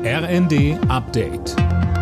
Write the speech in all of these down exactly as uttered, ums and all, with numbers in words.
R N D Update.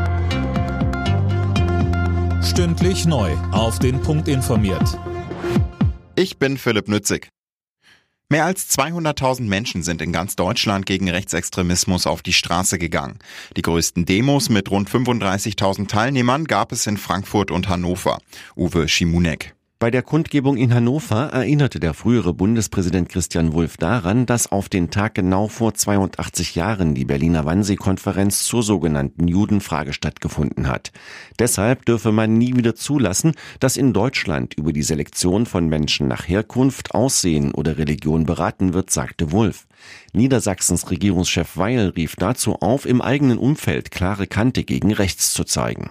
Stündlich neu auf den Punkt informiert. Ich bin Philipp Nützig. Mehr als zweihunderttausend Menschen sind in ganz Deutschland gegen Rechtsextremismus auf die Straße gegangen. Die größten Demos mit rund fünfunddreißigtausend Teilnehmern gab es in Frankfurt und Hannover. Uwe Schimunek. Bei der Kundgebung in Hannover erinnerte der frühere Bundespräsident Christian Wulff daran, dass auf den Tag genau vor zweiundachtzig Jahren die Berliner Wannsee-Konferenz zur sogenannten Judenfrage stattgefunden hat. Deshalb dürfe man nie wieder zulassen, dass in Deutschland über die Selektion von Menschen nach Herkunft, Aussehen oder Religion beraten wird, sagte Wulff. Niedersachsens Regierungschef Weil rief dazu auf, im eigenen Umfeld klare Kante gegen rechts zu zeigen.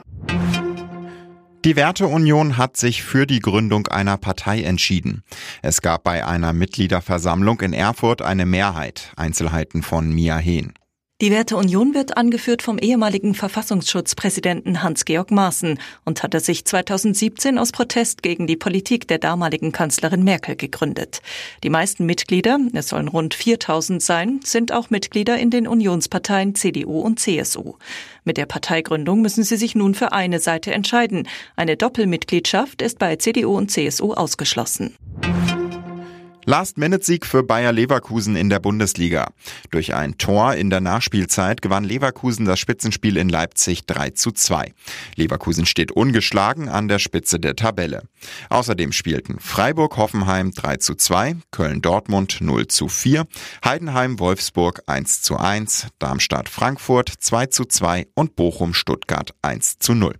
Die Werteunion hat sich für die Gründung einer Partei entschieden. Es gab bei einer Mitgliederversammlung in Erfurt eine Mehrheit. Einzelheiten von Mia Hehn. Die Werteunion wird angeführt vom ehemaligen Verfassungsschutzpräsidenten Hans-Georg Maaßen und hatte sich zweitausendsiebzehn aus Protest gegen die Politik der damaligen Kanzlerin Merkel gegründet. Die meisten Mitglieder, es sollen rund viertausend sein, sind auch Mitglieder in den Unionsparteien C D U und C S U. Mit der Parteigründung müssen sie sich nun für eine Seite entscheiden. Eine Doppelmitgliedschaft ist bei C D U und C S U ausgeschlossen. Last-Minute-Sieg für Bayer Leverkusen in der Bundesliga. Durch ein Tor in der Nachspielzeit gewann Leverkusen das Spitzenspiel in Leipzig drei zu zwei. Leverkusen steht ungeschlagen an der Spitze der Tabelle. Außerdem spielten Freiburg-Hoffenheim drei zu zwei, Köln-Dortmund null zu vier, Heidenheim-Wolfsburg eins zu eins, Darmstadt-Frankfurt zwei zu zwei und Bochum-Stuttgart eins zu null.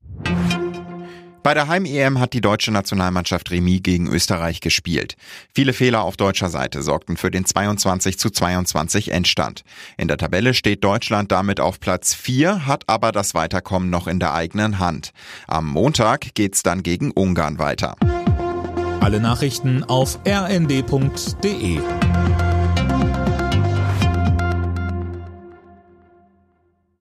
Bei der Heim-E M hat die deutsche Nationalmannschaft Remis gegen Österreich gespielt. Viele Fehler auf deutscher Seite sorgten für den zweiundzwanzig zu zweiundzwanzig Endstand. In der Tabelle steht Deutschland damit auf Platz vier, hat aber das Weiterkommen noch in der eigenen Hand. Am Montag geht's dann gegen Ungarn weiter. Alle Nachrichten auf r n d punkt d e.